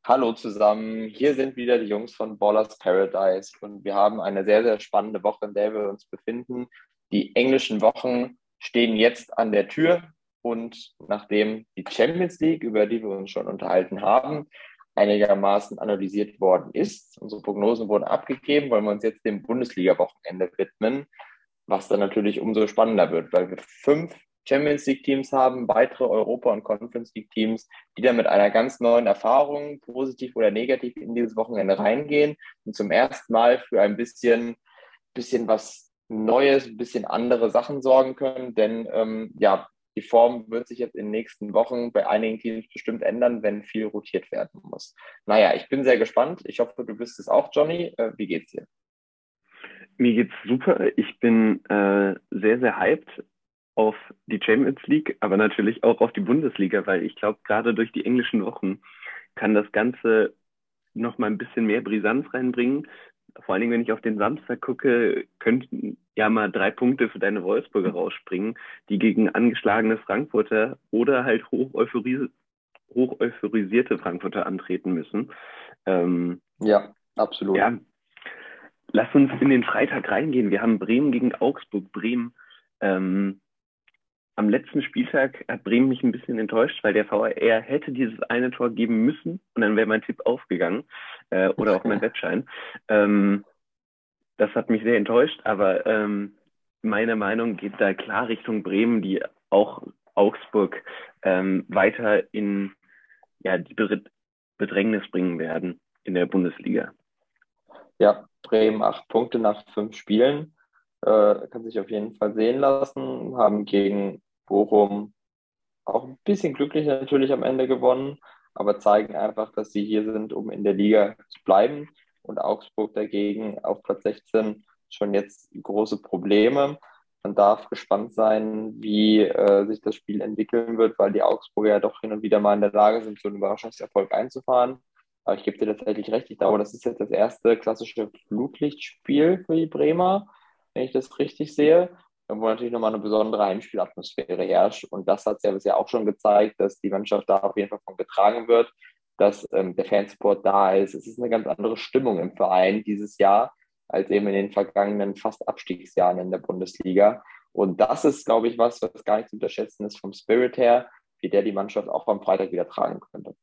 Hallo zusammen, hier sind wieder die Jungs von Ballers Paradise und wir haben eine sehr, sehr spannende Woche, in der wir uns befinden. Die englischen Wochen stehen jetzt an der Tür und nachdem die Champions League, über die wir uns schon unterhalten haben, einigermaßen analysiert worden ist, unsere Prognosen wurden abgegeben, wollen wir uns jetzt dem Bundesliga-Wochenende widmen, was dann natürlich umso spannender wird, weil wir 5 Champions League-Teams haben, weitere Europa- und Conference League-Teams, die dann mit einer ganz neuen Erfahrung, positiv oder negativ, in dieses Wochenende reingehen und zum ersten Mal für ein bisschen was Neues, ein bisschen andere Sachen sorgen können. Denn ja, die Form wird sich jetzt in den nächsten Wochen bei einigen Teams bestimmt ändern, wenn viel rotiert werden muss. Naja, ich bin sehr gespannt. Ich hoffe, du bist es auch, Johnny. Wie geht's dir? Mir geht's super. Ich bin sehr, sehr hyped auf die Champions League, aber natürlich auch auf die Bundesliga, weil ich glaube, gerade durch die englischen Wochen kann das Ganze noch mal ein bisschen mehr Brisanz reinbringen. Vor allen Dingen, wenn ich auf den Samstag gucke, könnten ja mal 3 Punkte für deine Wolfsburger rausspringen, die gegen angeschlagene Frankfurter oder halt hoch euphorisierte Frankfurter antreten müssen. Ähm, Ja, absolut. ja, Lass uns in den Freitag reingehen. Wir haben Bremen gegen Augsburg. Bremen. Ähm, Am letzten Spieltag hat Bremen mich ein bisschen enttäuscht, weil der VAR hätte dieses eine Tor geben müssen und dann wäre mein Tipp aufgegangen oder auch mein Wettschein. Ähm, Das hat mich sehr enttäuscht, aber meine Meinung geht da klar Richtung Bremen, die auch Augsburg weiter in die Bedrängnis bringen werden in der Bundesliga. Ja, Bremen 8 Punkte nach 5 Spielen. Kann sich auf jeden Fall sehen lassen. Haben gegen Bochum auch ein bisschen glücklich natürlich am Ende gewonnen, aber zeigen einfach, dass sie hier sind, um in der Liga zu bleiben. Und Augsburg dagegen auf Platz 16 schon jetzt große Probleme. Man darf gespannt sein, wie sich das Spiel entwickeln wird, weil die Augsburger ja doch hin und wieder mal in der Lage sind, so einen Überraschungserfolg einzufahren. Aber ich gebe dir tatsächlich recht, ich glaube, das ist jetzt das erste klassische Flutlichtspiel für die Bremer, wenn ich das richtig sehe, wo natürlich nochmal eine besondere Heimspielatmosphäre herrscht. Und das hat es ja bisher auch schon gezeigt, dass die Mannschaft da auf jeden Fall von getragen wird, dass der Fansupport da ist. Es ist eine ganz andere Stimmung im Verein dieses Jahr als eben in den vergangenen fast Abstiegsjahren in der Bundesliga. Und das ist, glaube ich, was gar nicht zu unterschätzen ist vom Spirit her, wie der die Mannschaft auch am Freitag wieder tragen könnte.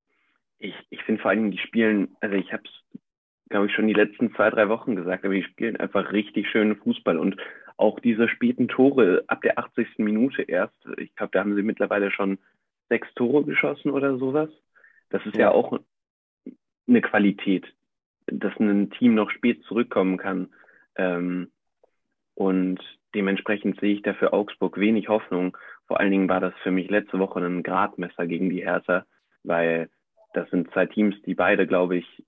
Ich finde vor allen Dingen, die spielen, also ich habe es, glaube ich, schon die letzten 2, 3 Wochen gesagt, aber die spielen einfach richtig schönen Fußball und auch diese späten Tore ab der 80. Minute erst, ich glaube, da haben sie mittlerweile schon 6 Tore geschossen oder sowas. Das ist ja Ja, auch eine Qualität, dass ein Team noch spät zurückkommen kann. Ähm, und dementsprechend sehe ich da für Augsburg wenig Hoffnung. Vor allen Dingen war das für mich letzte Woche ein Gradmesser gegen die Hertha, weil das sind 2 Teams, die beide, glaube ich,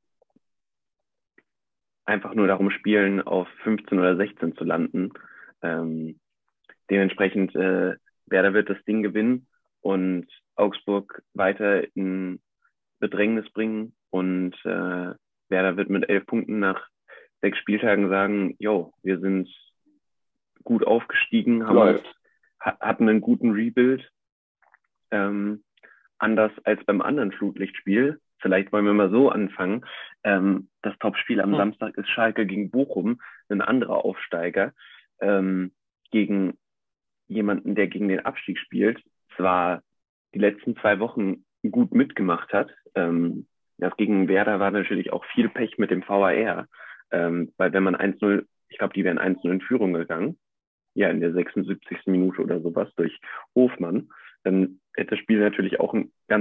einfach nur darum spielen, auf 15 oder 16 zu landen. Ähm, Dementsprechend, Werder wird das Ding gewinnen und Augsburg weiter in Bedrängnis bringen und Werder wird mit 11 Punkten nach 6 Spieltagen sagen, jo, wir sind gut aufgestiegen, läuft. hatten einen guten Rebuild, ähm, anders als beim anderen Flutlichtspiel. Vielleicht wollen wir mal so anfangen. Das Topspiel am Hm. Samstag ist Schalke gegen Bochum, ein anderer Aufsteiger, gegen jemanden, der gegen den Abstieg spielt. Zwar die letzten 2 Wochen gut mitgemacht hat. Das gegen Werder war natürlich auch viel Pech mit dem VAR, weil wenn man 1-0, ich glaube, die wären 1-0 in Führung gegangen, ja, in der 76. Minute oder sowas durch Hofmann, dann hätte das Spiel natürlich auch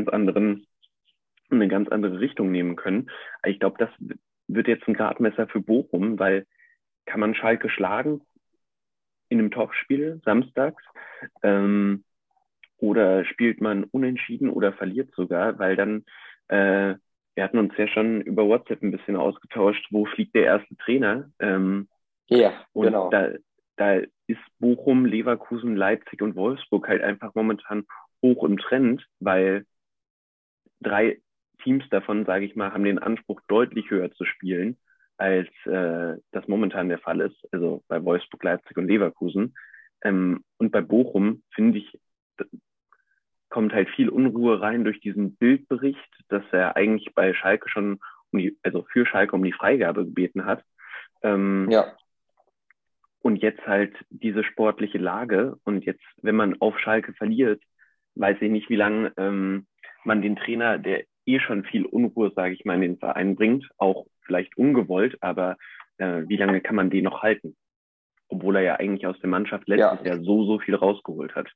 eine ganz andere Richtung nehmen können. Aber ich glaube, das wird jetzt ein Gradmesser für Bochum, weil kann man Schalke schlagen in einem Topspiel samstags ähm, oder spielt man unentschieden oder verliert sogar, weil dann, wir hatten uns ja schon über WhatsApp ein bisschen ausgetauscht, wo fliegt der erste Trainer? Ja, Und genau. da ist Bochum, Leverkusen, Leipzig und Wolfsburg halt einfach momentan hoch im Trend, weil 3 Teams davon, sage ich mal, haben den Anspruch, deutlich höher zu spielen, als das momentan der Fall ist. Also bei Wolfsburg, Leipzig und Leverkusen. Und bei Bochum finde ich, kommt halt viel Unruhe rein durch diesen Bildbericht, dass er eigentlich bei Schalke schon also für Schalke um die Freigabe gebeten hat. Ja, Und jetzt halt diese sportliche Lage. Und jetzt, wenn man auf Schalke verliert, weiß ich nicht, wie lange man den Trainer, der schon viel Unruhe, sage ich mal, in den Verein bringt, auch vielleicht ungewollt, aber wie lange kann man den noch halten? Obwohl er ja eigentlich aus der Mannschaft letztes Jahr so viel rausgeholt hat.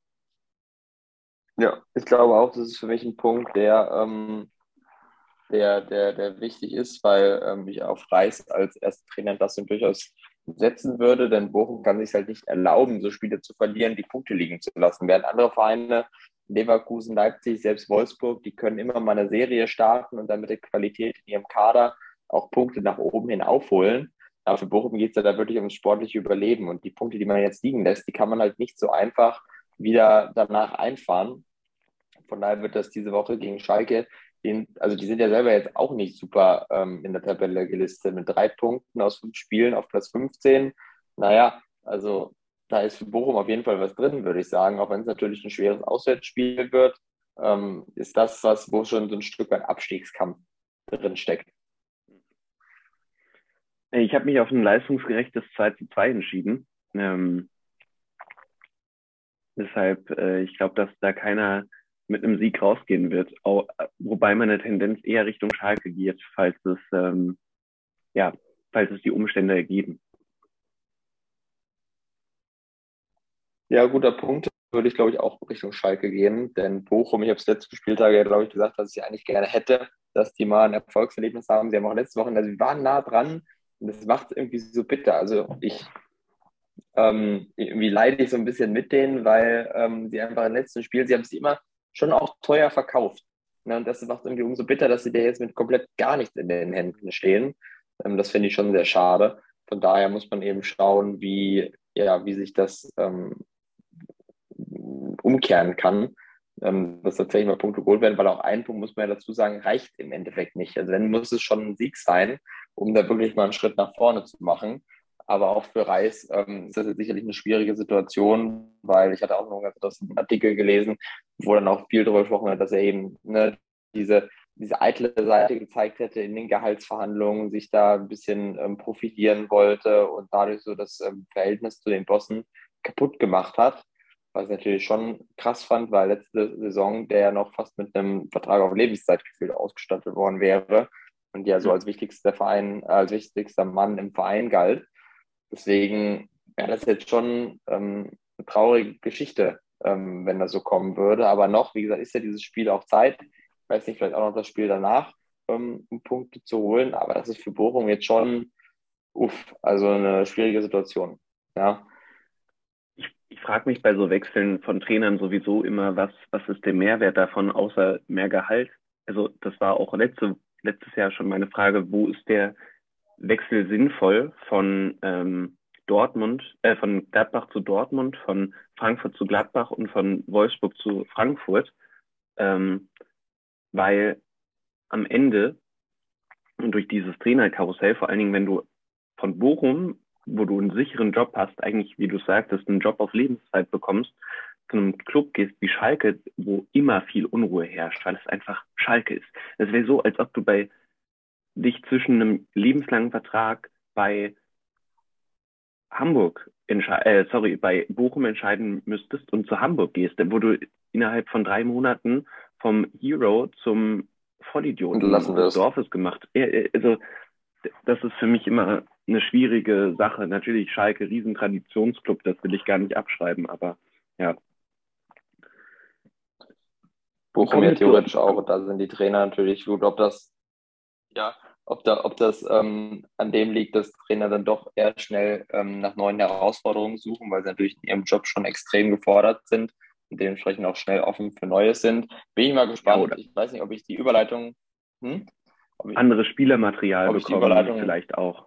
ja, ich glaube auch, das ist für mich ein Punkt, der wichtig ist, weil ich auf Reis als erster Trainer das durchaus setzen würde, denn Bochum kann sich halt nicht erlauben, so Spiele zu verlieren, die Punkte liegen zu lassen. Während andere Vereine, Leverkusen, Leipzig, selbst Wolfsburg, die können immer mal eine Serie starten und dann mit der Qualität in ihrem Kader auch Punkte nach oben hin aufholen. Aber für Bochum geht es ja da wirklich ums sportliche Überleben. Und die Punkte, die man jetzt liegen lässt, die kann man halt nicht so einfach wieder danach einfahren. Von daher wird das diese Woche gegen Schalke, also die sind ja selber jetzt auch nicht super in der Tabelle gelistet, mit 3 Punkten aus 5 Spielen auf Platz 15. Naja, also da ist für Bochum auf jeden Fall was drin, würde ich sagen, auch wenn es natürlich ein schweres Auswärtsspiel wird, ist das was, wo schon so ein Stück weit Abstiegskampf drin steckt. Ich habe mich auf ein leistungsgerechtes 2:2 entschieden. Deshalb, ich glaube, dass da keiner mit einem Sieg rausgehen wird. Auch, wobei meine Tendenz eher Richtung Schalke geht, falls es die Umstände ergeben. Ja, guter Punkt. Würde ich, glaube ich, auch Richtung Schalke gehen. Denn Bochum, ich habe es letzten Spieltag ja, glaube ich, gesagt, dass ich eigentlich gerne hätte, dass die mal ein Erfolgserlebnis haben. Sie haben auch letzte Woche, also sie waren nah dran und das macht es irgendwie so bitter. Also irgendwie leide ich so ein bisschen mit denen, weil sie einfach im letzten Spiel, sie haben sie immer schon auch teuer verkauft. Ne? Und das macht irgendwie umso bitter, dass sie da jetzt mit komplett gar nichts in den Händen stehen. Das finde ich schon sehr schade. Von daher muss man eben schauen, wie sich das umkehren kann, dass tatsächlich mal Punkte geholt werden, weil auch ein Punkt, muss man ja dazu sagen, reicht im Endeffekt nicht. Also dann muss es schon ein Sieg sein, um da wirklich mal einen Schritt nach vorne zu machen. Aber auch für Reis ist das jetzt sicherlich eine schwierige Situation, weil ich hatte auch noch einen Artikel gelesen, wo dann auch viel darüber gesprochen wird, dass er eben diese eitle Seite gezeigt hätte in den Gehaltsverhandlungen, sich da ein bisschen profilieren wollte und dadurch so das Verhältnis zu den Bossen kaputt gemacht hat. Was ich natürlich schon krass fand, weil letzte Saison der ja noch fast mit einem Vertrag auf Lebenszeit gefühlt ausgestattet worden wäre und ja so als wichtigster Verein, als wichtigster Mann im Verein galt. Deswegen wäre das jetzt schon eine traurige Geschichte, wenn das so kommen würde. Aber noch, wie gesagt, ist ja dieses Spiel auch Zeit. Ich weiß nicht, vielleicht auch noch das Spiel danach, um Punkte zu holen. Aber das ist für Bochum jetzt schon, also eine schwierige Situation. Ja. Ich frage mich bei so Wechseln von Trainern sowieso immer, was ist der Mehrwert davon, außer mehr Gehalt? Also das war auch letztes Jahr schon meine Frage, wo ist der Wechsel sinnvoll von von Gladbach zu Dortmund, von Frankfurt zu Gladbach und von Wolfsburg zu Frankfurt, weil am Ende und durch dieses Trainerkarussell, vor allen Dingen, wenn du von Bochum, wo du einen sicheren Job hast, eigentlich, wie du sagtest, einen Job auf Lebenszeit bekommst, zu einem Club gehst wie Schalke, wo immer viel Unruhe herrscht, weil es einfach Schalke ist. Es wäre so, als ob du dich zwischen einem lebenslangen Vertrag bei bei Bochum entscheiden müsstest und zu Hamburg gehst, wo du innerhalb von 3 Monaten vom Hero zum Vollidioten des Wirst. Dorfes gemacht. Also das ist für mich immer eine schwierige Sache. Natürlich Schalke, Riesentraditionsclub, das will ich gar nicht abschreiben, aber ja. Bochum ja theoretisch auch, und da sind die Trainer natürlich gut. Ob das an dem liegt, dass Trainer dann doch eher schnell nach neuen Herausforderungen suchen, weil sie natürlich in ihrem Job schon extrem gefordert sind und dementsprechend auch schnell offen für Neues sind. Bin ich mal gespannt. Ich weiß nicht, ob ich die Überleitung, anderes Spielermaterial bekommen, vielleicht auch.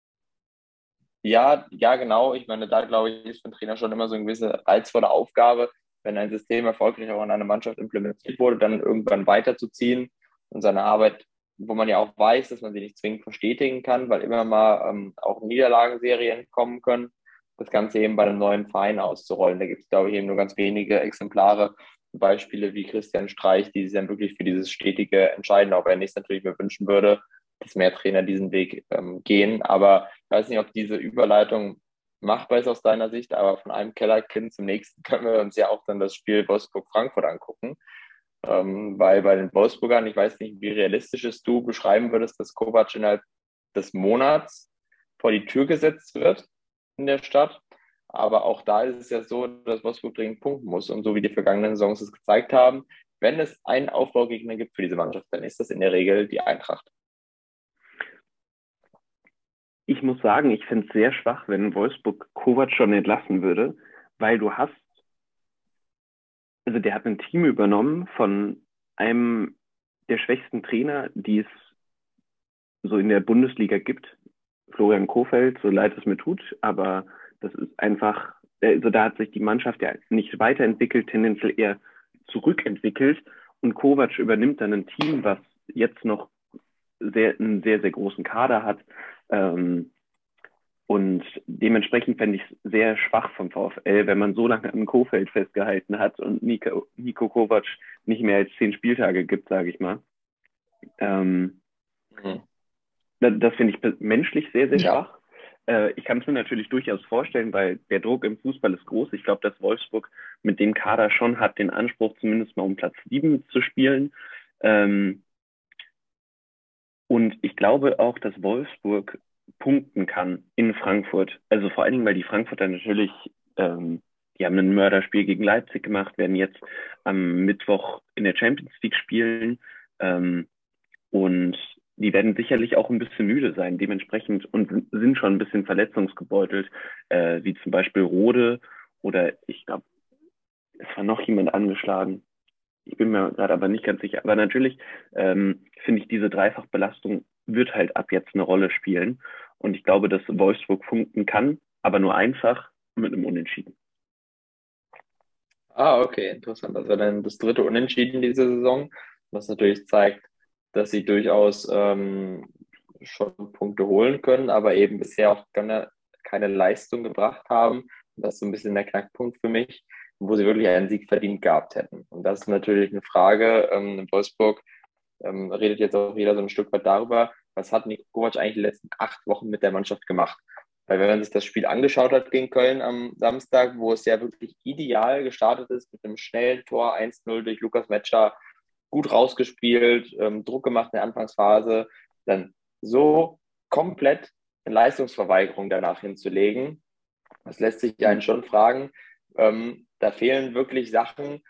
Ja, genau. Ich meine, da glaube ich, ist für einen Trainer schon immer so eine gewisse reizvolle Aufgabe, wenn ein System erfolgreich auch in einer Mannschaft implementiert wurde, dann irgendwann weiterzuziehen und seine Arbeit, wo man ja auch weiß, dass man sie nicht zwingend verstetigen kann, weil immer mal auch Niederlagenserien kommen können, das Ganze eben bei einem neuen Verein auszurollen. Da gibt es, glaube ich, eben nur ganz wenige Exemplare, Beispiele wie Christian Streich, die sich dann wirklich für dieses stetige entscheiden, auch wenn ich es natürlich mir wünschen würde, dass mehr Trainer diesen Weg gehen. Aber ich weiß nicht, ob diese Überleitung machbar ist aus deiner Sicht, aber von einem Kellerkind zum nächsten können wir uns ja auch dann das Spiel Wolfsburg-Frankfurt angucken. Weil bei den Wolfsburgern, ich weiß nicht, wie realistisch es du beschreiben würdest, dass Kovac innerhalb des Monats vor die Tür gesetzt wird in der Stadt. Aber auch da ist es ja so, dass Wolfsburg dringend punkten muss. Und so wie die vergangenen Saisons es gezeigt haben, wenn es einen Aufbaugegner gibt für diese Mannschaft, dann ist das in der Regel die Eintracht. Ich muss sagen, ich finde es sehr schwach, wenn Wolfsburg Kovac schon entlassen würde, weil also der hat ein Team übernommen von einem der schwächsten Trainer, die es so in der Bundesliga gibt. Florian Kohfeldt, so leid es mir tut, aber das ist einfach, also da hat sich die Mannschaft ja nicht weiterentwickelt, tendenziell eher zurückentwickelt und Kovac übernimmt dann ein Team, was jetzt noch einen sehr, sehr großen Kader hat. Und dementsprechend fände ich es sehr schwach vom VfL, wenn man so lange an Kohfeldt festgehalten hat und Niko Kovac nicht mehr als 10 Spieltage gibt, sage ich mal. Das finde ich menschlich sehr, sehr schwach. Ich kann es mir natürlich durchaus vorstellen, weil der Druck im Fußball ist groß. Ich glaube, dass Wolfsburg mit dem Kader schon hat den Anspruch, zumindest mal um Platz 7 zu spielen. Und ich glaube auch, dass Wolfsburg punkten kann in Frankfurt. Also vor allen Dingen, weil die Frankfurter natürlich, die haben ein Mörderspiel gegen Leipzig gemacht, werden jetzt am Mittwoch in der Champions League spielen. Und die werden sicherlich auch ein bisschen müde sein, dementsprechend und sind schon ein bisschen verletzungsgebeutelt, wie zum Beispiel Rode oder ich glaube, es war noch jemand angeschlagen. Ich bin mir gerade aber nicht ganz sicher. Aber natürlich finde ich, diese Dreifachbelastung wird halt ab jetzt eine Rolle spielen. Und ich glaube, dass Wolfsburg punkten kann, aber nur einfach mit einem Unentschieden. Ah, okay, interessant. Also dann das dritte Unentschieden diese Saison, was natürlich zeigt, dass sie durchaus schon Punkte holen können, aber eben bisher auch keine Leistung gebracht haben. Das ist so ein bisschen der Knackpunkt für mich, wo sie wirklich einen Sieg verdient gehabt hätten. Und das ist natürlich eine Frage. In Wolfsburg redet jetzt auch jeder so ein Stück weit darüber, was hat Niko Kovac eigentlich die letzten 8 Wochen mit der Mannschaft gemacht? Weil wenn man sich das Spiel angeschaut hat gegen Köln am Samstag, wo es ja wirklich ideal gestartet ist mit einem schnellen Tor 1-0 durch Lukas Metscher, gut rausgespielt, Druck gemacht in der Anfangsphase, dann so komplett eine Leistungsverweigerung danach hinzulegen, das lässt sich einen schon fragen. Da fehlen wirklich Sachen,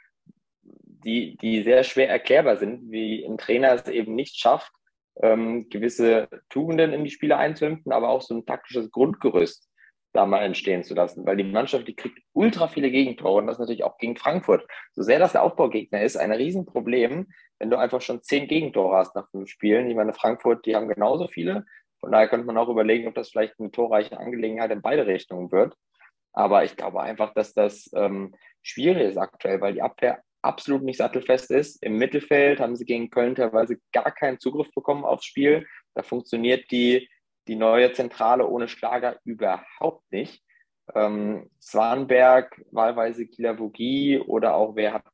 die sehr schwer erklärbar sind, wie ein Trainer es eben nicht schafft, gewisse Tugenden in die Spiele einzuimpfen, aber auch so ein taktisches Grundgerüst da mal entstehen zu lassen, weil die Mannschaft, die kriegt ultra viele Gegentore und das natürlich auch gegen Frankfurt. So sehr das der Aufbaugegner ist, ein Riesenproblem, wenn du einfach schon 10 Gegentore hast nach 5 Spielen. Ich meine, Frankfurt, die haben genauso viele. Von daher könnte man auch überlegen, ob das vielleicht eine torreiche Angelegenheit in beide Richtungen wird. Aber ich glaube einfach, dass das schwierig ist aktuell, weil die Abwehr absolut nicht sattelfest ist. Im Mittelfeld haben sie gegen Köln teilweise gar keinen Zugriff bekommen aufs Spiel. Da funktioniert die neue Zentrale ohne Schlager überhaupt nicht. Swanberg, wahlweise Kila Vogie oder auch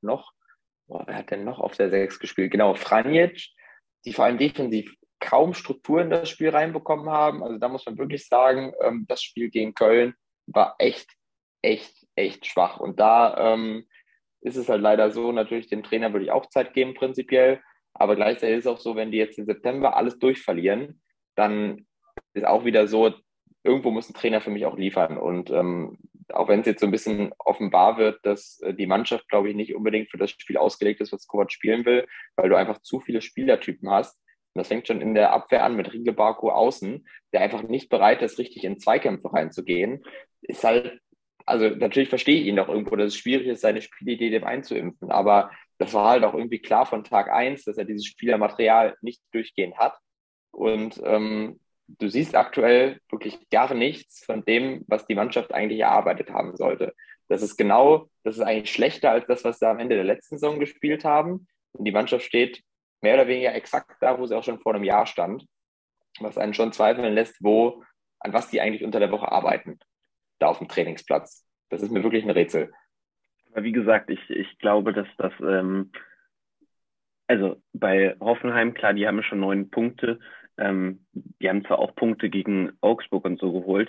wer hat denn noch auf der 6 gespielt? Genau, Franjic, die vor allem defensiv kaum Struktur in das Spiel reinbekommen haben. Also da muss man wirklich sagen, das Spiel gegen Köln war echt, echt, echt schwach. Und da ist es halt leider so, natürlich dem Trainer würde ich auch Zeit geben prinzipiell, aber gleichzeitig ist es auch so, wenn die jetzt im September alles durchverlieren, dann ist auch wieder so, irgendwo muss ein Trainer für mich auch liefern. Und auch wenn es jetzt so ein bisschen offenbar wird, dass die Mannschaft, glaube ich, nicht unbedingt für das Spiel ausgelegt ist, was Kovac spielen will, weil du einfach zu viele Spielertypen hast. Und das fängt schon in der Abwehr an mit Rieke Baku außen, der einfach nicht bereit ist, richtig in Zweikämpfe reinzugehen. Ist halt, also natürlich verstehe ich ihn doch irgendwo, dass es schwierig ist, seine Spielidee dem einzuimpfen. Aber das war halt auch irgendwie klar von Tag 1, dass er dieses Spielermaterial nicht durchgehend hat. Und du siehst aktuell wirklich gar nichts von dem, was die Mannschaft eigentlich erarbeitet haben sollte. Das ist eigentlich schlechter als das, was sie am Ende der letzten Saison gespielt haben. Und die Mannschaft steht mehr oder weniger exakt da, wo sie auch schon vor einem Jahr stand, was einen schon zweifeln lässt, an was die eigentlich unter der Woche arbeiten, da auf dem Trainingsplatz. Das ist mir wirklich ein Rätsel. Aber wie gesagt, ich glaube, dass das, also bei Hoffenheim, klar, die haben schon 9 Punkte. Die haben zwar auch Punkte gegen Augsburg und so geholt.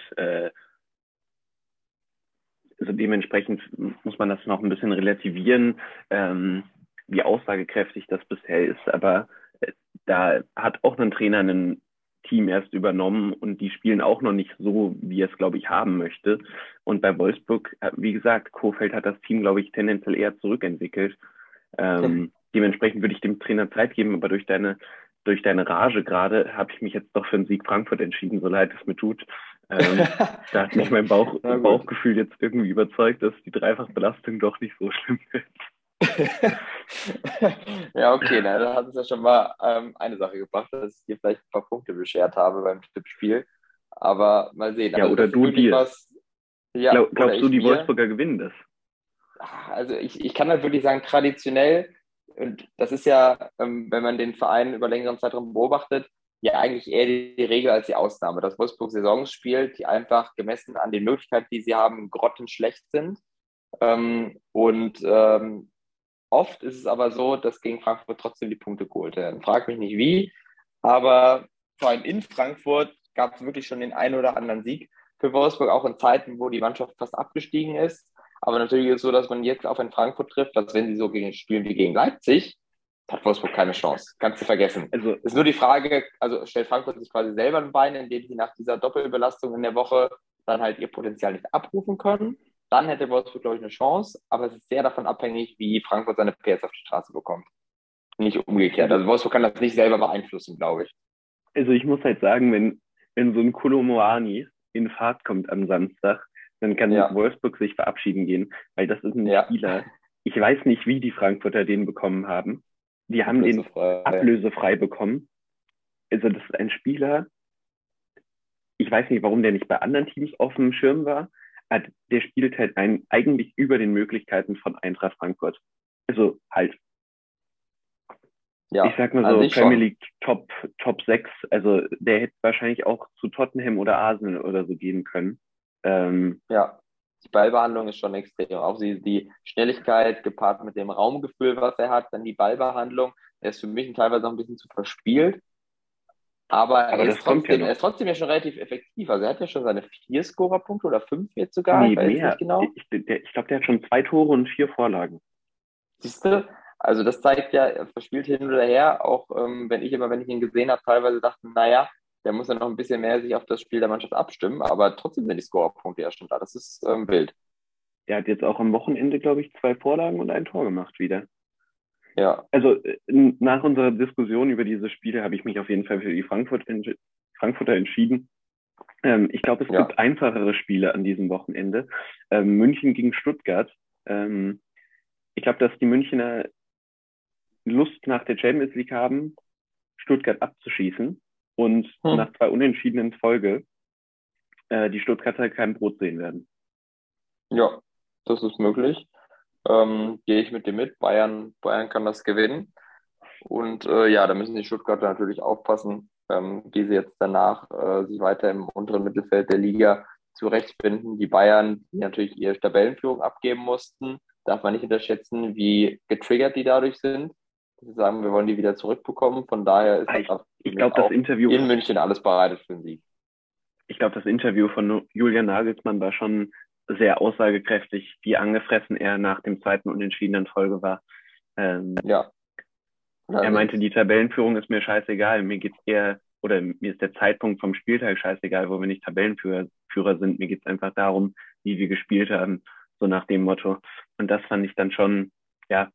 Also dementsprechend muss man das noch ein bisschen relativieren, wie aussagekräftig das bisher ist. Aber da hat auch ein Trainer ein Team erst übernommen und die spielen auch noch nicht so, wie er es, glaube ich, haben möchte. Und bei Wolfsburg, wie gesagt, Kohfeldt hat das Team, glaube ich, tendenziell eher zurückentwickelt. Dementsprechend würde ich dem Trainer Zeit geben, aber durch deine Rage gerade habe ich mich jetzt doch für den Sieg Frankfurt entschieden, so leid es mir tut. Da hat mich mein Na gut. Bauchgefühl jetzt irgendwie überzeugt, dass die Dreifachbelastung doch nicht so schlimm ist. Ja, okay, na, dann hat es ja schon mal eine Sache gebracht, dass ich dir vielleicht ein paar Punkte beschert habe beim Tippspiel. Aber mal sehen. Ja, Also oder das ist du wirklich dir. was, ja, oder Glaubst du, ich die mir. Wolfsburger gewinnen das? Also ich kann halt wirklich sagen, traditionell, und das ist ja, wenn man den Verein über längeren Zeitraum beobachtet, ja eigentlich eher die Regel als die Ausnahme, dass Wolfsburg Saisons spielt, die einfach gemessen an den Möglichkeiten, die sie haben, grottenschlecht sind. Und oft ist es aber so, dass gegen Frankfurt trotzdem die Punkte geholt werden. Frag mich nicht wie, aber vor allem in Frankfurt gab es wirklich schon den einen oder anderen Sieg für Wolfsburg, auch in Zeiten, wo die Mannschaft fast abgestiegen ist. Aber natürlich ist es so, dass man jetzt auf ein Frankfurt trifft, dass wenn sie so gegen spielen wie gegen Leipzig, hat Wolfsburg keine Chance. Kannst du vergessen. Also, Es ist nur die Frage, also stellt Frankfurt sich quasi selber ein Bein, indem sie nach dieser Doppelbelastung in der Woche dann halt ihr Potenzial nicht abrufen können. Dann hätte Wolfsburg, glaube ich, eine Chance, aber es ist sehr davon abhängig, wie Frankfurt seine PS auf die Straße bekommt. Nicht umgekehrt. also, Also Wolfsburg kann das nicht selber beeinflussen, glaube ich. also ich muss halt sagen, wenn so ein Kolo in Fahrt kommt am Samstag, dann kann Ja, Wolfsburg sich verabschieden gehen, weil das ist ein ja, Spieler. Ich weiß nicht, wie die Frankfurter den bekommen haben. Die haben den ablösefrei. ablösefrei bekommen. Also das ist ein Spieler, ich weiß nicht, warum der nicht bei anderen Teams auf dem Schirm war. Der spielt halt eigentlich über den Möglichkeiten von Eintracht Frankfurt. Also halt, ich Ja, sag mal an so, sich Premier schon. League Top 6. Also der hätte wahrscheinlich auch zu Tottenham oder Arsenal oder so gehen können. Ja, die Ballbehandlung ist schon extrem. Auch die Schnelligkeit gepaart mit dem Raumgefühl, was er hat, dann die Ballbehandlung. Er ist für mich teilweise auch ein bisschen zu verspielt. Aber aber das kommt ja Er noch. ist trotzdem ja schon relativ effektiv. Also er hat ja schon seine 4 Scorerpunkte oder 5 jetzt sogar, ich Nee, weiß jetzt nicht mehr. genau. Ich glaube, der hat schon 2 Tore und 4 Vorlagen. Siehst du? Also das zeigt ja, er verspielt hin oder her, auch wenn ich ihn gesehen habe, teilweise dachte, naja, der muss ja noch ein bisschen mehr sich auf das Spiel der Mannschaft abstimmen, aber trotzdem sind die Scorerpunkte ja schon da. Das ist wild. Der hat jetzt auch am Wochenende, glaube ich, 2 Vorlagen und ein Tor gemacht wieder. Ja, Also nach unserer Diskussion über diese Spiele habe ich mich auf jeden Fall für die Frankfurter entschieden. Ich glaube, es ja, gibt einfachere Spiele an diesem Wochenende. München gegen Stuttgart. Ich glaube, dass die Münchner Lust nach der Champions League haben, Stuttgart abzuschießen und hm. nach 2 Unentschieden in Folge die Stuttgarter kein Brot sehen werden. Ja, das ist möglich. Gehe ich mit dir mit. Bayern kann das gewinnen. Und ja, da müssen die Stuttgarter natürlich aufpassen, wie sie jetzt danach sich weiter im unteren Mittelfeld der Liga zurechtfinden. Die Bayern, die natürlich ihre Tabellenführung abgeben mussten, darf man nicht unterschätzen, wie getriggert die dadurch sind. Sie sagen, wir wollen die wieder zurückbekommen. Von daher ist Ah, da für ich mich glaube, das auch Interview, in München alles bereitet für den Sieg. ich glaube, das Interview von Julian Nagelsmann war schon sehr aussagekräftig, wie angefressen er nach dem zweiten Unentschieden in Folge war. Ähm, Ja, Er meinte, allerdings. die Tabellenführung ist mir scheißegal. Mir geht's eher, oder mir ist der Zeitpunkt vom Spieltag scheißegal, wo wir nicht Tabellenführer sind. Mir geht's einfach darum, wie wir gespielt haben, so nach dem Motto. Und das fand ich dann schon, ja,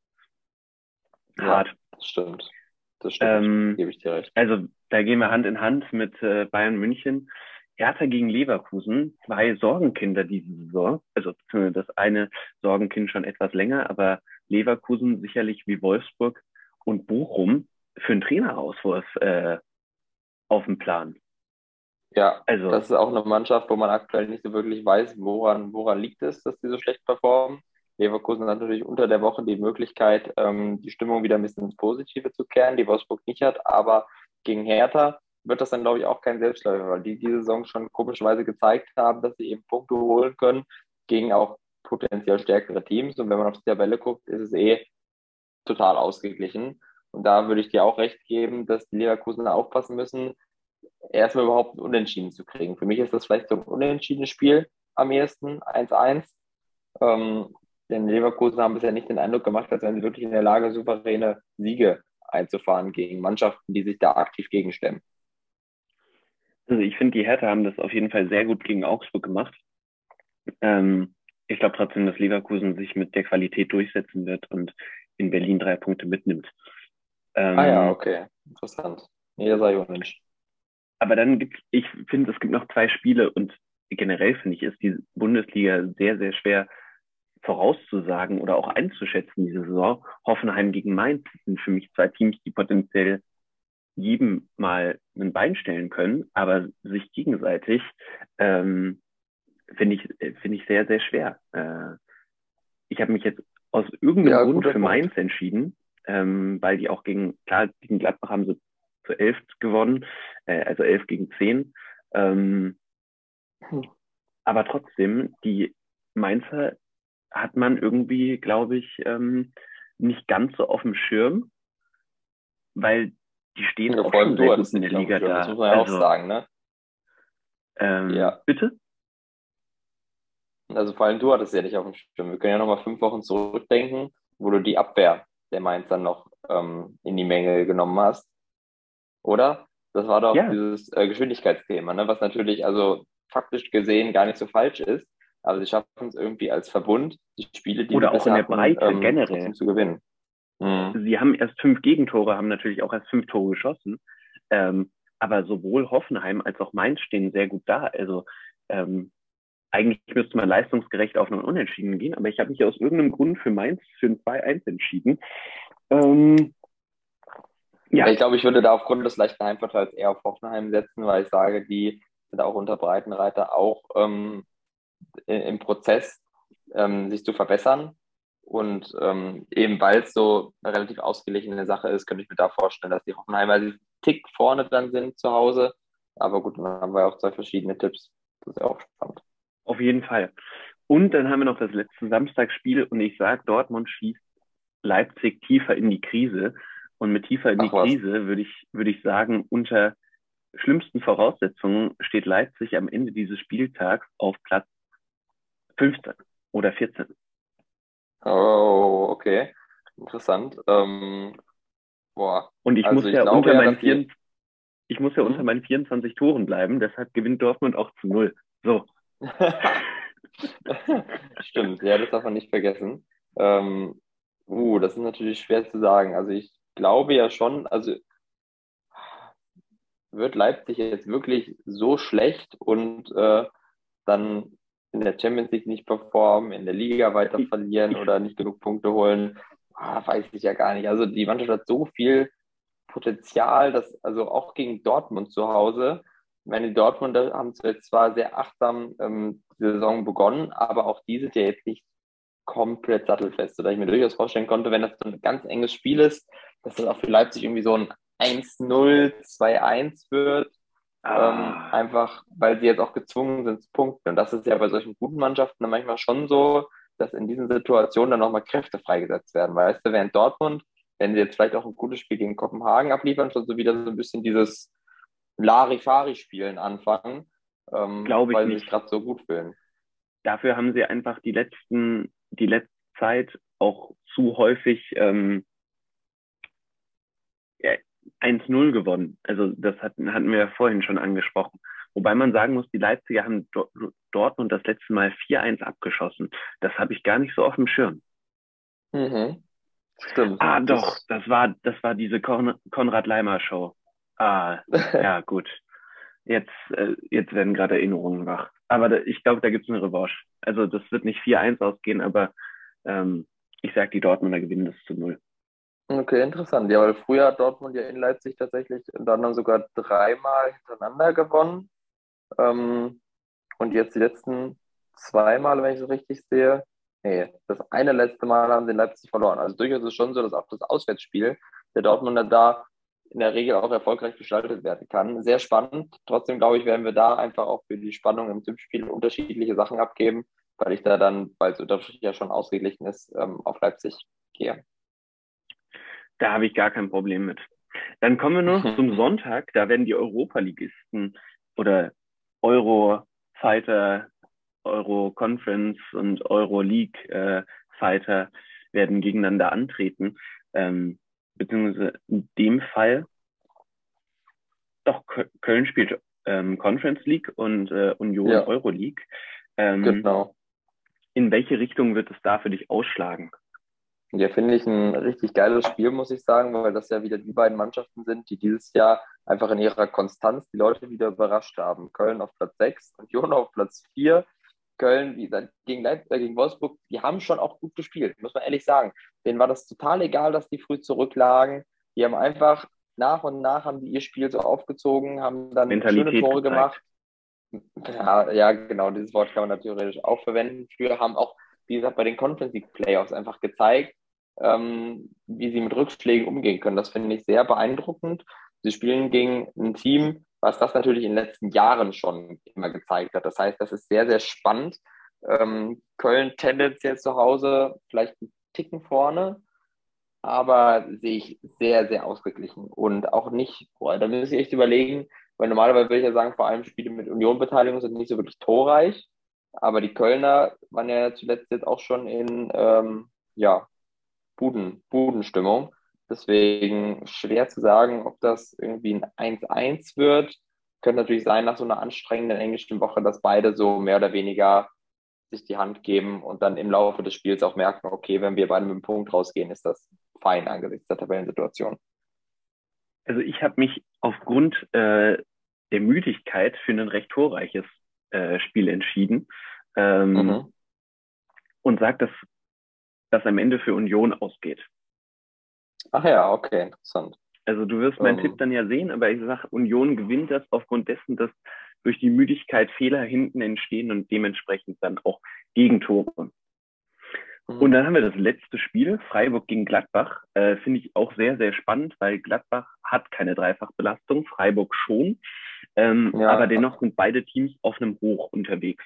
Ja, hart. das stimmt. Das stimmt. Ähm, Gebe ich dir recht. also da gehen wir Hand in Hand mit Bayern München. Hertha gegen Leverkusen, 2 Sorgenkinder diese Saison. Also das eine Sorgenkind schon etwas länger, aber Leverkusen sicherlich wie Wolfsburg und Bochum für einen Trainerauswurf auf dem Plan. Ja, Also, das ist auch eine Mannschaft, wo man aktuell nicht so wirklich weiß, woran liegt es, dass die so schlecht performen. Leverkusen hat natürlich unter der Woche die Möglichkeit, die Stimmung wieder ein bisschen ins Positive zu kehren, die Wolfsburg nicht hat, aber gegen Hertha wird das dann, glaube ich, auch kein Selbstläufer, weil die diese Saison schon komischerweise gezeigt haben, dass sie eben Punkte holen können gegen auch potenziell stärkere Teams. Und wenn man auf die Tabelle guckt, ist es total ausgeglichen. Und da würde ich dir auch recht geben, dass die Leverkusener aufpassen müssen, erstmal überhaupt ein Unentschieden zu kriegen. Für mich ist das vielleicht so ein unentschiedenes Spiel am ehesten, 1-1. Denn die Leverkusen haben bisher nicht den Eindruck gemacht, als wären sie wirklich in der Lage, souveräne Siege einzufahren gegen Mannschaften, die sich da aktiv gegenstemmen. Also ich finde, die Hertha haben das auf jeden Fall sehr gut gegen Augsburg gemacht. Ich glaube trotzdem, dass Leverkusen sich mit der Qualität durchsetzen wird und in Berlin 3 Punkte mitnimmt. Ja, okay. Interessant. Nee, das sei unentschieden. Aber ich finde, es gibt noch 2 Spiele und generell finde ich, ist die Bundesliga sehr, sehr schwer vorauszusagen oder auch einzuschätzen diese Saison. Hoffenheim gegen Mainz sind für mich 2 Teams, die potenziell jedem mal ein Bein stellen können, aber sich gegenseitig finde ich sehr, sehr schwer. Ich habe mich jetzt aus irgendeinem Grund für Mainz entschieden, weil die auch gegen Gladbach haben sie zu 11 gewonnen, also 11-10. Aber trotzdem, die Mainzer hat man irgendwie, glaube ich, nicht ganz so auf dem Schirm, weil die stehen auch schon sehr gut in der Liga da. Das muss man ja auch sagen, ne? Ja. Bitte? Also vor allem du hattest ja nicht auf dem Schirm. Wir können ja nochmal 5 Wochen zurückdenken, wo du die Abwehr der Mainzer noch in die Menge genommen hast. Oder? Das war doch dieses Geschwindigkeitsthema, ne? Was natürlich also faktisch gesehen gar nicht so falsch ist. Aber sie schaffen es irgendwie als Verbund, die Spiele, die oder sie auch in der Breite generell zu gewinnen. Sie haben erst 5 Gegentore, haben natürlich auch erst 5 Tore geschossen. Aber sowohl Hoffenheim als auch Mainz stehen sehr gut da. Also eigentlich müsste man leistungsgerecht auf einen Unentschieden gehen, aber ich habe mich aus irgendeinem Grund für Mainz für ein 2-1 entschieden. Ich glaube, ich würde da aufgrund des leichten Heimvorteils eher auf Hoffenheim setzen, weil ich sage, die sind auch unter Breitenreiter auch im Prozess, sich zu verbessern. Und eben weil es so eine relativ ausgeglichene Sache ist, könnte ich mir da vorstellen, dass die Hoffenheimer einen Tick vorne dann sind zu Hause. Aber gut, dann haben wir auch 2 verschiedene Tipps. Das ist ja auch spannend. Auf jeden Fall. Und dann haben wir noch das letzte Samstagsspiel und ich sage, Dortmund schießt Leipzig tiefer in die Krise. Und mit tiefer in die Krise würde ich sagen, unter schlimmsten Voraussetzungen steht Leipzig am Ende dieses Spieltags auf Platz 15 oder 14. Oh, okay. Interessant. Und ich muss ja unter meinen 24 Toren bleiben, deshalb gewinnt Dortmund auch zu 0. So. Stimmt, ja, das darf man nicht vergessen. Das ist natürlich schwer zu sagen. Also ich glaube ja schon, also wird Leipzig jetzt wirklich so schlecht und dann in der Champions League nicht performen, in der Liga weiter verlieren oder nicht genug Punkte holen, weiß ich ja gar nicht. Also die Mannschaft hat so viel Potenzial, dass also auch gegen Dortmund zu Hause, ich meine, die Dortmunder haben jetzt zwar sehr achtsam die Saison begonnen, aber auch die sind ja jetzt nicht komplett sattelfest, sodass ich mir durchaus vorstellen konnte, wenn das so ein ganz enges Spiel ist, dass das auch für Leipzig irgendwie so ein 1-0, 2-1 wird. Einfach, weil sie jetzt auch gezwungen sind zu punkten. Und das ist ja bei solchen guten Mannschaften dann manchmal schon so, dass in diesen Situationen dann nochmal Kräfte freigesetzt werden. Weißt du, während Dortmund, wenn sie jetzt vielleicht auch ein gutes Spiel gegen Kopenhagen abliefern, schon so wieder so ein bisschen dieses Larifari-Spielen anfangen, weil sie sich gerade so gut fühlen. Dafür haben sie einfach die letzte Zeit auch zu häufig 1-0 gewonnen. Also das hatten wir ja vorhin schon angesprochen. Wobei man sagen muss, die Leipziger haben Dortmund das letzte Mal 4-1 abgeschossen. Das habe ich gar nicht so auf dem Schirm. Mhm. Stimmt. Doch, das war diese Konrad-Leimer-Show. Ja, gut. Jetzt werden gerade Erinnerungen wach. Aber ich glaube, da gibt es eine Revanche. Also das wird nicht 4-1 ausgehen, aber ich sage, die Dortmunder gewinnen das zu 0. Okay, interessant. Ja, weil früher hat Dortmund ja in Leipzig tatsächlich dann sogar 3-mal hintereinander gewonnen. Und jetzt die letzten 2 Mal, wenn ich so richtig sehe. Nee, das eine letzte Mal haben sie in Leipzig verloren. Also durchaus ist es schon so, dass auch das Auswärtsspiel der Dortmunder da in der Regel auch erfolgreich gestaltet werden kann. Sehr spannend. Trotzdem glaube ich, werden wir da einfach auch für die Spannung im Tippspiel unterschiedliche Sachen abgeben. weil ich da dann, weil es unterm ja schon ausgeglichen ist, auf Leipzig gehe. Da habe ich gar kein Problem mit. Dann kommen wir noch zum Sonntag. Da werden die Europa-Ligisten oder Euro-Fighter, Euro-Conference und Euro-League-Fighter werden gegeneinander antreten. Beziehungsweise in dem Fall, doch, Köln spielt Conference League und Union Ja, Euroleague. genau. In welche Richtung wird es da für dich ausschlagen? Ja, finde ich ein richtig geiles Spiel, muss ich sagen, weil das ja wieder die beiden Mannschaften sind, die dieses Jahr einfach in ihrer Konstanz die Leute wieder überrascht haben. Köln auf Platz 6 und Union auf Platz 4. Köln, wie gesagt, gegen Wolfsburg, die haben schon auch gut gespielt, muss man ehrlich sagen. Denen war das total egal, dass die früh zurücklagen. Die haben einfach nach und nach haben die ihr Spiel so aufgezogen, haben dann schöne Mentalität Tore gezeigt. gemacht. Ja, ja, genau, dieses Wort kann man da theoretisch auch verwenden. Für haben auch, wie gesagt, bei den Conference League Playoffs einfach gezeigt, wie sie mit Rückschlägen umgehen können. Das finde ich sehr beeindruckend. Sie spielen gegen ein Team, was das natürlich in den letzten Jahren schon immer gezeigt hat. Das heißt, das ist sehr, sehr spannend. Köln tendenziell zu Hause vielleicht einen Ticken vorne, aber sehe ich sehr, sehr ausgeglichen und auch nicht, boah, da müssen ich echt überlegen, weil normalerweise würde ich ja sagen, vor allem Spiele mit Union-Beteiligung sind nicht so wirklich torreich, aber die Kölner waren ja zuletzt jetzt auch schon in ja, Budenstimmung. Deswegen schwer zu sagen, ob das irgendwie ein 1-1 wird. Könnte natürlich sein, nach so einer anstrengenden englischen Woche, dass beide so mehr oder weniger sich die Hand geben und dann im Laufe des Spiels auch merken, okay, wenn wir beide mit dem Punkt rausgehen, ist das fein angesichts der Tabellensituation. Also ich habe mich aufgrund der Müdigkeit für ein recht torreiches Spiel entschieden Mhm. und sage, dass das am Ende für Union ausgeht. Ach ja, okay, interessant. Also du wirst meinen Tipp Ähm, dann ja sehen, aber ich sage, Union gewinnt das aufgrund dessen, dass durch die Müdigkeit Fehler hinten entstehen und dementsprechend dann auch Gegentore. Und mhm. dann haben wir das letzte Spiel, Freiburg gegen Gladbach. Finde ich auch sehr, sehr spannend, weil Gladbach hat keine Dreifachbelastung, Freiburg schon. Aber Ja, dennoch sind beide Teams auf einem Hoch unterwegs.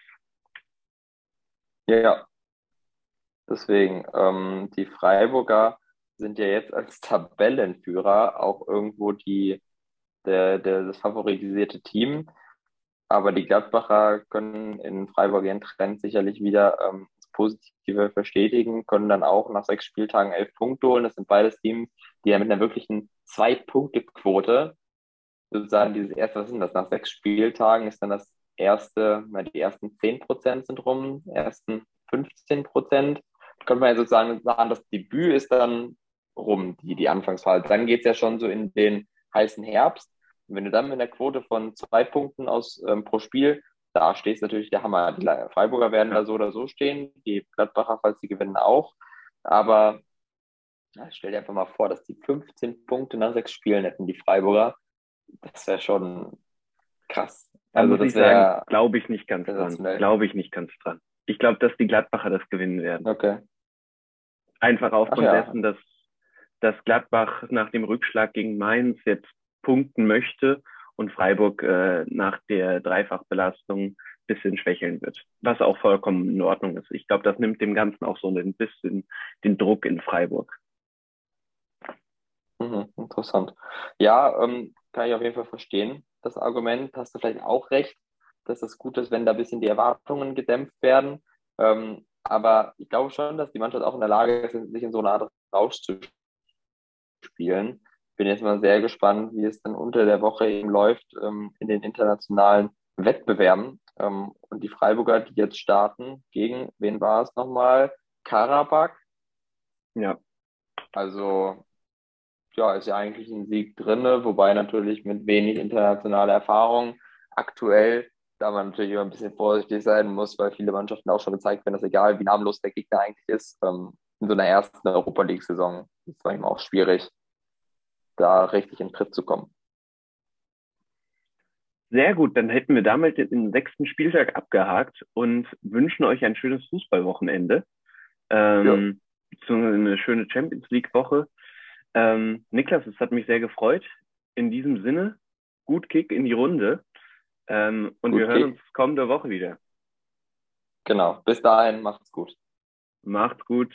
ja, deswegen, die Freiburger sind ja jetzt als Tabellenführer auch irgendwo das favorisierte Team. Aber die Gladbacher können in Freiburg ihren Trend sicherlich wieder das Positive verstetigen, können dann auch nach 6 Spieltagen 11 Punkte holen. Das sind beides Teams, die ja mit einer wirklichen Zwei-Punkte-Quote sozusagen dieses erste, was sind das? Nach 6 Spieltagen ist dann das erste, die ersten 10% sind rum, die ersten 15%. Könnte man ja sozusagen sagen, das Debüt ist dann rum, die Anfangsphase. Dann geht es ja schon so in den heißen Herbst. Und wenn du dann mit einer Quote von 2 Punkten pro Spiel, da stehst natürlich der Hammer. Die Freiburger werden Ja. da so oder so stehen, die Gladbacher, falls sie gewinnen, auch. Aber ja, stell dir einfach mal vor, dass die 15 Punkte nach 6 Spielen hätten, die Freiburger. Das wäre schon krass. Da Also muss das ich sagen, wäre glaube ich nicht ganz dran. sensationell. Glaube ich nicht ganz dran. Ich glaube, dass die Gladbacher das gewinnen werden. Okay. Einfach Ach aufgrund ja. dessen, dass Gladbach nach dem Rückschlag gegen Mainz jetzt punkten möchte und Freiburg nach der Dreifachbelastung ein bisschen schwächeln wird. Was auch vollkommen in Ordnung ist. Ich glaube, das nimmt dem Ganzen auch so ein bisschen den Druck in Freiburg. Mhm, interessant. Ja, kann ich auf jeden Fall verstehen. Das Argument, hast du vielleicht auch recht, dass es gut ist, wenn da ein bisschen die Erwartungen gedämpft werden. Aber ich glaube schon, dass die Mannschaft auch in der Lage ist, sich in so eine Art Rausch zu spielen. Bin jetzt mal sehr gespannt, wie es dann unter der Woche eben läuft, in den internationalen Wettbewerben. Und die Freiburger, die jetzt starten, gegen wen war es nochmal? Karabakh. Ja, Also ja, ist ja eigentlich ein Sieg drinne, wobei natürlich mit wenig internationaler Erfahrung aktuell, da man natürlich immer ein bisschen vorsichtig sein muss, weil viele Mannschaften auch schon gezeigt werden, dass egal wie namenlos der Gegner eigentlich ist, in so einer ersten Europa League-Saison ist es manchmal auch schwierig, da richtig in den Tritt zu kommen. sehr gut. Dann hätten wir damit den 6. Spieltag abgehakt und wünschen euch ein schönes Fußballwochenende. Ja, So eine schöne Champions League-Woche. Niklas, es hat mich sehr gefreut. In diesem Sinne, gut Kick in die Runde. Und wir gut hören Kick. uns kommende Woche wieder. Genau. Bis dahin, macht's gut. Macht's gut.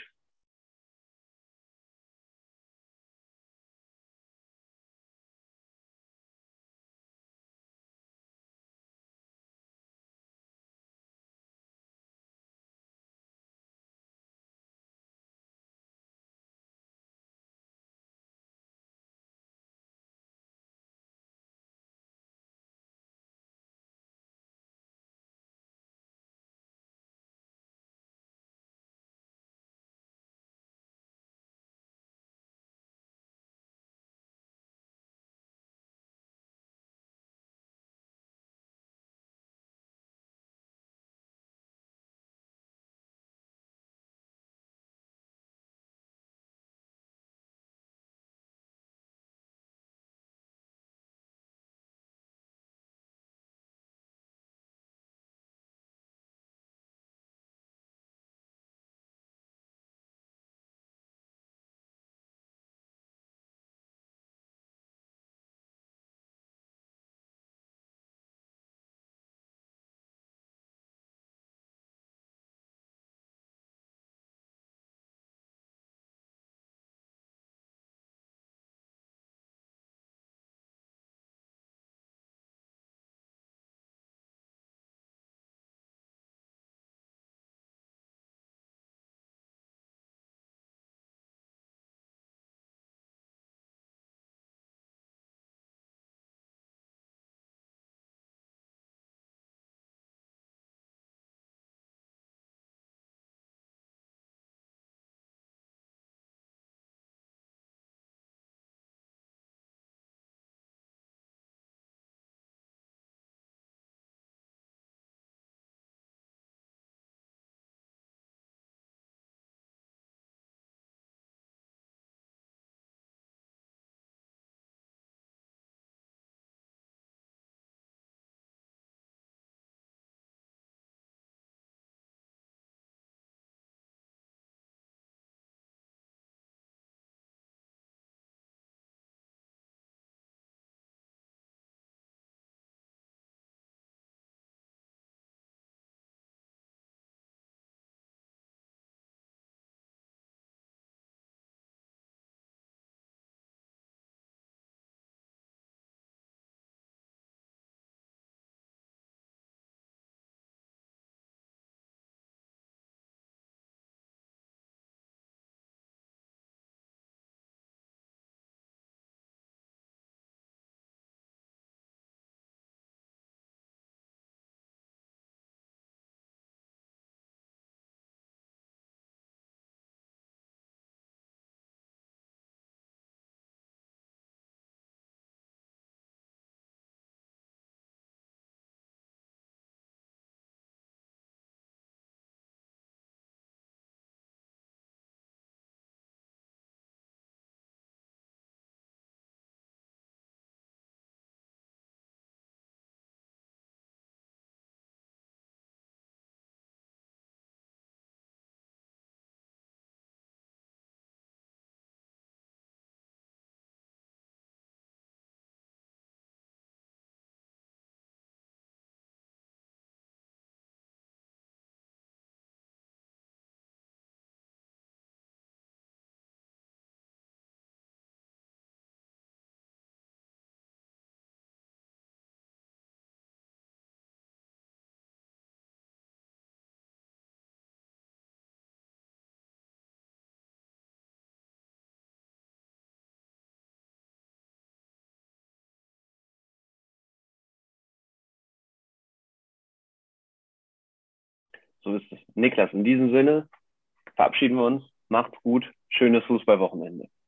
So ist es. Niklas, in diesem Sinne verabschieden wir uns. Macht's gut. Schönes Fußballwochenende.